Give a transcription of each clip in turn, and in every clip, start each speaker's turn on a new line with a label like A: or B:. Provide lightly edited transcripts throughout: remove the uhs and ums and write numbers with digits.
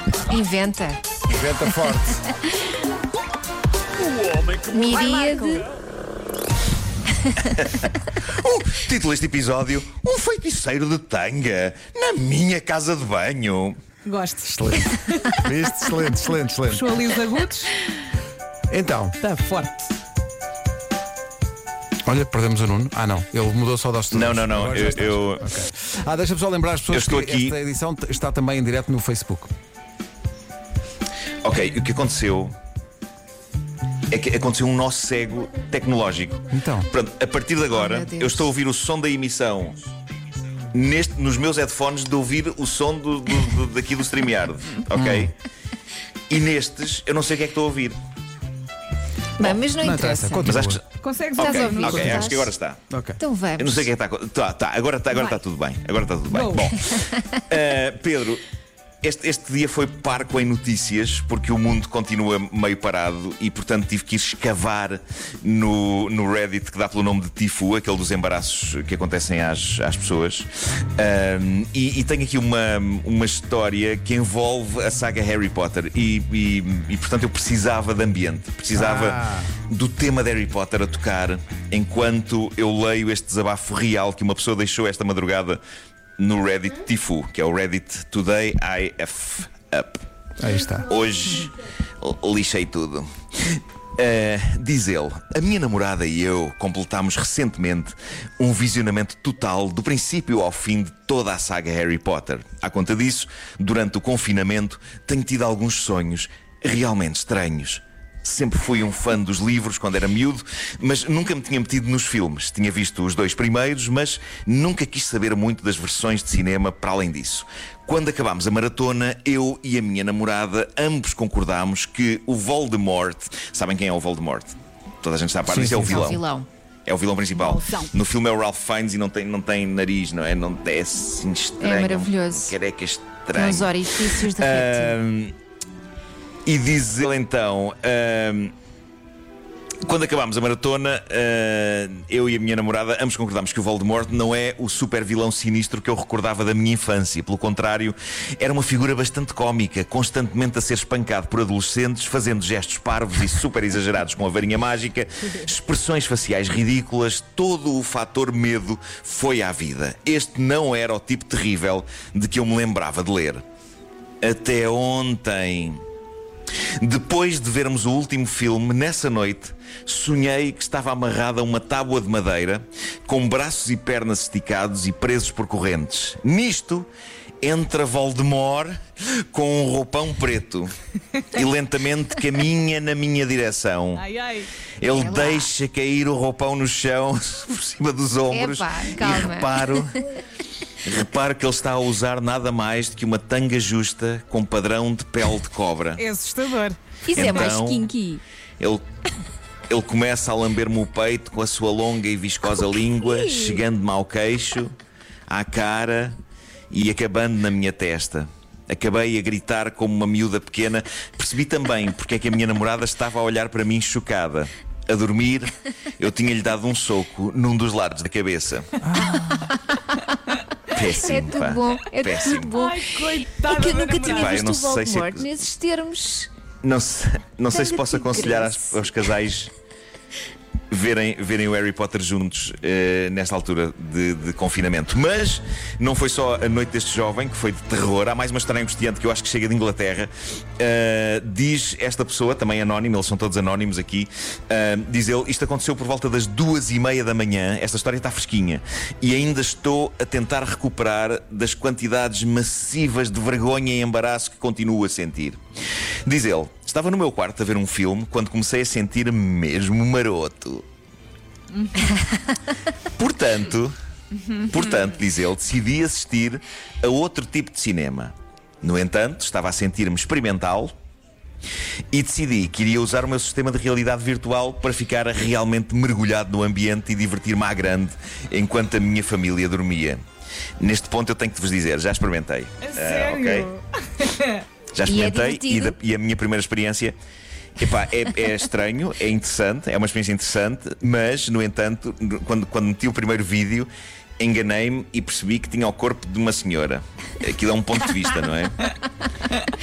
A: Inventa.
B: Inventa forte.
C: O homem que
A: Miríade.
D: Título deste episódio: Um feiticeiro de tanga na minha casa de banho.
E: Gosto.
B: Excelente. Viste? Excelente.
E: Puxou ali os agudos.
B: Então,
E: Está forte.
B: olha, perdemos o Nuno. Não, ele mudou só das
D: Não.
B: Agora já estás. Ok. Deixa-me só lembrar as pessoas
D: Eu estou
B: que
D: aqui.
B: esta edição está também em direto no Facebook.
D: Ok, o que aconteceu é que aconteceu um nó cego tecnológico.
B: Então.
D: Pronto, a partir de
A: Oh,
D: agora,
A: meu Deus.
D: eu estou a ouvir o som da emissão nos meus headphones, de ouvir o som daqui do StreamYard, ok? E nestes, eu não sei o que é que estou a ouvir.
A: Bem, mas não
B: Não
A: interessa.
B: interessa,
D: Mas acho que.
E: Consegues
A: Estás
D: Ok,
A: a ouvir?
D: ok,
A: Estás?
D: acho que agora está.
B: Ok.
A: Então vamos.
D: Eu não sei o que é que está. Agora está tudo bem. Agora está tudo bem.
E: Go.
D: Bom, Pedro, este dia foi parco em notícias porque o mundo continua meio parado e, portanto, tive que ir escavar no Reddit que dá pelo nome de Tifu, aquele dos embaraços que acontecem às pessoas. E tenho aqui uma história que envolve a saga Harry Potter e, portanto, eu precisava de ambiente, precisava do tema de Harry Potter a tocar enquanto eu leio este desabafo real que uma pessoa deixou esta madrugada no Reddit Tifu, que é o Reddit Today I F Up.
B: Aí está.
D: Hoje lixei tudo. Diz ele: a minha namorada e eu completámos recentemente um visionamento total do princípio ao fim de toda a saga Harry Potter. À conta disso, durante o confinamento, tenho tido alguns sonhos realmente estranhos. Sempre fui um fã dos livros quando era miúdo, mas nunca me tinha metido nos filmes. Tinha visto os 2 primeiros, mas nunca quis saber muito das versões de cinema para além disso. Quando acabámos a maratona, eu e a minha namorada ambos concordámos que o Voldemort... Sabem quem é o Voldemort? Toda a gente está a par disso, é o
B: sim.
D: vilão.
A: É o vilão.
D: É o vilão principal.
E: Mauzão.
D: No filme é o Ralph Fiennes e não tem nariz, não é? Não é assim estranho.
A: É maravilhoso.
D: Careca
A: Tem
D: estranho.
A: os orifícios de réptil.
D: E diz ele então: quando acabámos a maratona, eu e a minha namorada ambos concordámos que o Voldemort não é o super vilão sinistro que eu recordava da minha infância. Pelo contrário, era uma figura bastante cómica, constantemente a ser espancado por adolescentes, fazendo gestos parvos e super exagerados com a varinha mágica, expressões faciais ridículas. Todo o fator medo foi à vida. Este não era o tipo terrível de que eu me lembrava de ler. Até ontem. Depois de vermos o último filme, nessa noite, sonhei que estava amarrado a uma tábua de madeira, com braços e pernas esticados e presos por correntes. Nisto, entra Voldemort com um roupão preto e lentamente caminha na minha direção.
E: Ai.
D: Ele
A: lá.
D: deixa cair o roupão no chão, por cima dos ombros,
A: Epá,
D: e
A: calma.
D: reparo que ele está a usar nada mais do que uma tanga justa com padrão de pele de cobra.
E: É assustador.
A: Isso é mais
D: Então,
A: kinky.
D: Ele começa a lamber-me o peito com a sua longa e viscosa língua, chegando-me ao queixo, à cara e acabando na minha testa. Acabei a gritar como uma miúda pequena. Percebi também porque é que a minha namorada estava a olhar para mim chocada. A dormir, eu tinha-lhe dado um soco num dos lados da cabeça. Péssimo,
A: É tudo
D: pá.
A: bom. É
D: Péssimo.
A: tudo bom.
E: Ai,
A: É
E: coitada.
A: que eu
E: da
A: nunca tinha
E: namorada.
D: Epá, eu
A: visto
D: não
A: o
D: sei se é
A: Voldemort
D: que-
A: nesses termos.
D: Não sei se posso
A: Tanga
D: aconselhar
A: tigresse.
D: aos casais verem o Harry Potter juntos nesta altura de confinamento. Mas não foi só a noite deste jovem que foi de terror. Há mais uma história angustiante que eu acho que chega de Inglaterra. Diz esta pessoa, também anónima, eles são todos anónimos aqui. Diz ele: isto aconteceu por volta das 2:30 da manhã. Esta história está fresquinha e ainda estou a tentar recuperar das quantidades massivas de vergonha e embaraço que continuo a sentir. Diz ele: estava no meu quarto a ver um filme quando comecei a sentir-me mesmo maroto. Portanto, diz ele, decidi assistir a outro tipo de cinema. No entanto, estava a sentir-me experimental e decidi que iria usar o meu sistema de realidade virtual para ficar realmente mergulhado no ambiente e divertir-me à grande enquanto a minha família dormia. Neste ponto eu tenho que vos dizer, já experimentei.
E: Sério?
D: Ok? Já
A: E é
D: experimentei
A: divertido?
D: e a minha primeira experiência, epá, é estranho, é interessante, é uma experiência interessante, mas, no entanto, quando meti o primeiro vídeo, enganei-me e percebi que tinha o corpo de uma senhora. Aquilo é um ponto de vista, não é?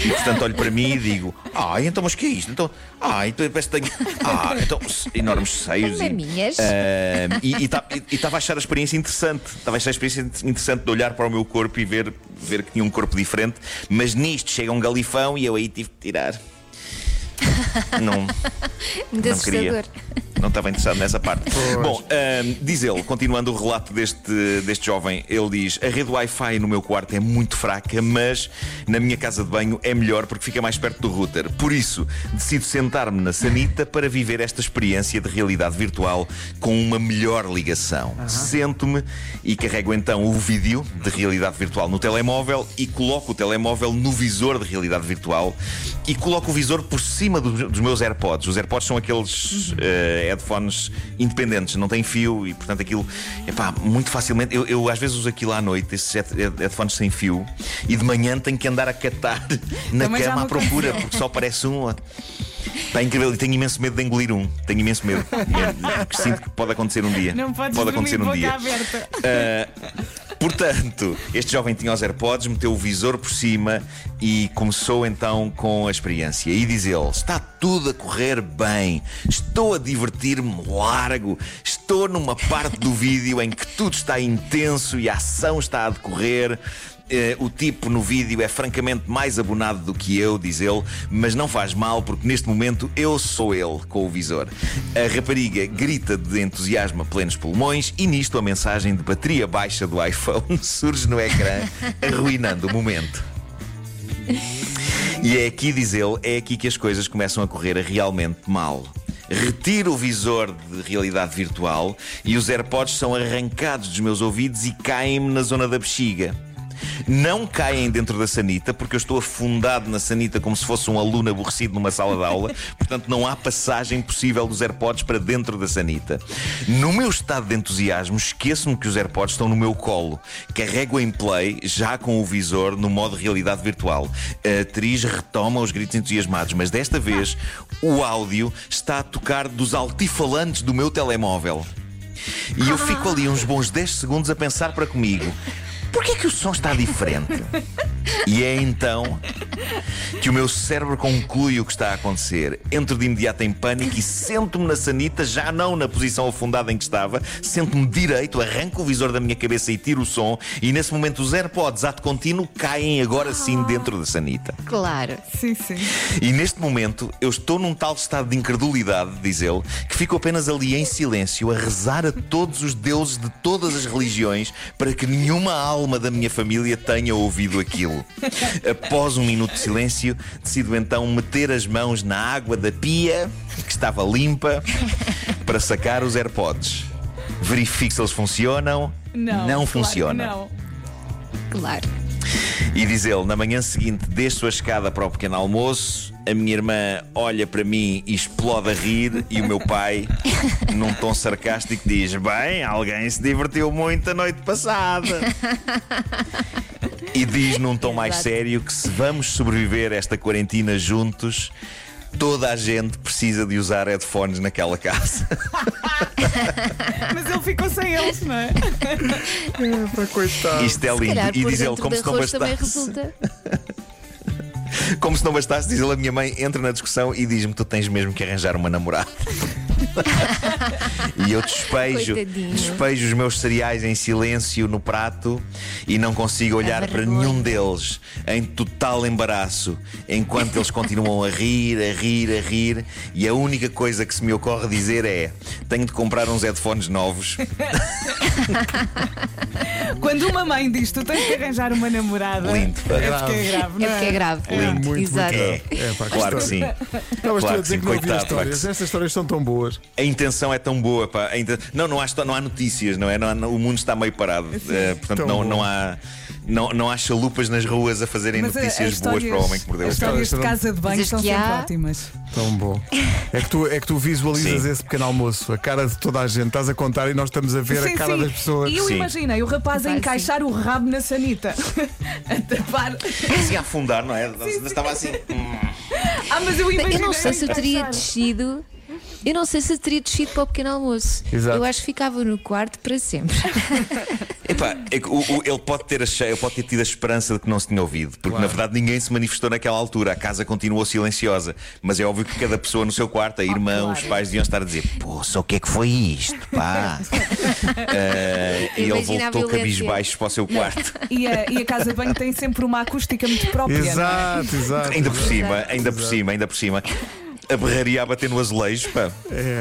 D: E portanto olho para mim e digo: então mas o que é isto? Então parece que tenho então, enormes seios.
A: Maminhas.
D: E estava a achar a experiência interessante. Estava a achar a experiência interessante de olhar para o meu corpo e ver que tinha um corpo diferente. Mas nisto chega um galifão e eu aí tive de tirar. Não queria. Não estava interessado nessa parte.
B: Pois.
D: Bom, diz ele, continuando o relato deste jovem, ele diz: a rede Wi-Fi no meu quarto é muito fraca, mas na minha casa de banho é melhor porque fica mais perto do router. Por isso, decido sentar-me na sanita para viver esta experiência de realidade virtual com uma melhor ligação. Sento-me e carrego então o vídeo de realidade virtual no telemóvel e coloco o telemóvel no visor de realidade virtual e coloco o visor por cima dos meus AirPods. Os AirPods são aqueles headphones independentes, não têm fio e portanto aquilo, muito facilmente eu às vezes uso aquilo à noite, esses headphones sem fio, e de manhã tenho que andar a catar na
E: Também
D: cama à procura porque só parece um. Está incrível e tenho imenso medo de engolir um. Tenho imenso medo. Porque sinto que pode acontecer um dia.
E: Não podes
D: pode
E: dormir
D: acontecer um
E: boca
D: dia.
E: aberta.
D: Portanto, este jovem tinha os AirPods, meteu o visor por cima e começou então com a experiência. E diz ele: está tudo a correr bem, estou a divertir-me largo, estou numa parte do vídeo em que tudo está intenso e a ação está a decorrer. O tipo no vídeo é francamente mais abonado do que eu, diz ele, mas não faz mal porque neste momento eu sou ele com o visor. A rapariga grita de entusiasmo a plenos pulmões e nisto a mensagem de bateria baixa do iPhone surge no ecrã, arruinando o momento. E é aqui, diz ele, é aqui que as coisas começam a correr realmente mal. Retiro o visor de realidade virtual e os AirPods são arrancados dos meus ouvidos e caem-me na zona da bexiga. Não caem dentro da sanita, porque eu estou afundado na sanita como se fosse um aluno aborrecido numa sala de aula. Portanto, não há passagem possível dos AirPods para dentro da sanita. No meu estado de entusiasmo, esqueço-me que os AirPods estão no meu colo. Carrego em play, já com o visor, no modo realidade virtual. A atriz retoma os gritos entusiasmados, mas desta vez o áudio está a tocar dos altifalantes do meu telemóvel. E eu fico ali uns bons 10 segundos a pensar para comigo: porquê é que o som está diferente? E é então que o meu cérebro conclui o que está a acontecer. Entro de imediato em pânico e sento-me na sanita, já não na posição afundada em que estava. Sento-me direito, arranco o visor da minha cabeça e tiro o som. E nesse momento os AirPods, ato contínuo, caem agora sim dentro da sanita.
A: Claro.
E: Sim, sim.
D: E neste momento eu estou num tal estado de incredulidade, diz ele, que fico apenas ali em silêncio a rezar a todos os deuses de todas as religiões para que nenhuma alma da minha família tenha ouvido aquilo. Após um minuto de silêncio, decido então meter as mãos na água da pia, que estava limpa, para sacar os AirPods. Verifico se eles funcionam. Não
E: claro
D: funcionam.
A: Claro.
D: E diz ele: na manhã seguinte desço a escada para o pequeno almoço, a minha irmã olha para mim e explode a rir, e o meu pai, num tom sarcástico, diz: bem, alguém se divertiu muito a noite passada. E diz num tom mais sério que se vamos sobreviver a esta quarentena juntos, toda a gente precisa de usar headphones naquela casa.
E: Mas ele ficou sem eles, não é?
B: Coitado.
D: Isto é
A: Se
D: lindo.
A: calhar,
D: E
A: por
D: diz ele,
A: dentro
D: como
A: de
D: se não
A: arroz também
D: bastasse.
A: resulta.
D: Como se não bastasse, diz ele, a minha mãe entra na discussão e diz-me: tu tens mesmo que arranjar uma namorada. E eu despejo os meus cereais em silêncio no prato e não consigo olhar para nenhum deles, em total embaraço, enquanto eles continuam a rir, a rir, a rir. E a única coisa que se me ocorre dizer é: tenho de comprar uns headphones novos.
E: Quando uma mãe diz tu tens que arranjar uma namorada,
D: Lindo, pá.
E: é porque é grave, não
A: É porque é grave.
B: Muito,
A: Exato.
D: Claro que sim.
B: Estavas tu
D: Claro
B: a
D: que
B: dizer
D: sim,
B: que não havia
D: coitado,
B: histórias.
D: Max.
B: Estas histórias são tão boas.
D: A intenção é tão boa, pá. Não há notícias, não é? O mundo está meio parado. Portanto,
B: Tão
D: não há chalupas nas ruas a fazerem
E: Mas
D: notícias boas para o homem que mordeu
E: as
D: o cão.
E: histórias de casa de banho
A: Mas
E: são
A: que
E: sempre
A: há-
E: ótimas.
B: Tão bom. É que tu visualizas
D: Sim.
B: esse pequeno almoço, a cara de toda a gente. Estás a contar e nós estamos a ver a cara das pessoas.
E: E eu
D: Sim.
E: imaginei o rapaz a
A: Vai,
E: encaixar o rabo na sanita. A tapar.
D: Assim a afundar, não é? Estava assim.
E: Mas eu imaginei.
A: Eu não sei se eu teria
E: encaixar.
A: descido. Eu não sei se teria descido para o pequeno almoço.
B: Exato.
A: Eu acho que ficava no quarto para sempre.
D: Epá, ele pode ter tido a esperança de que não se tinha ouvido, porque na verdade ninguém se manifestou naquela altura. A casa continuou silenciosa, mas é óbvio que cada pessoa no seu quarto, a irmã, os pais deviam estar a dizer: poça, o que é que foi isto, pá? E ele
A: Imagina a
D: voltou
A: violência.
D: cabisbaixo para o seu quarto.
E: E a casa de banho tem sempre uma acústica muito própria. não é?
B: Exato, exato.
D: Ainda por cima, a berraria a bater no azulejo, pá.
B: É.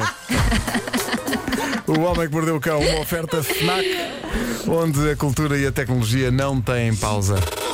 B: O Homem que Mordeu o Cão, uma oferta FNAC, onde a cultura e a tecnologia não têm pausa.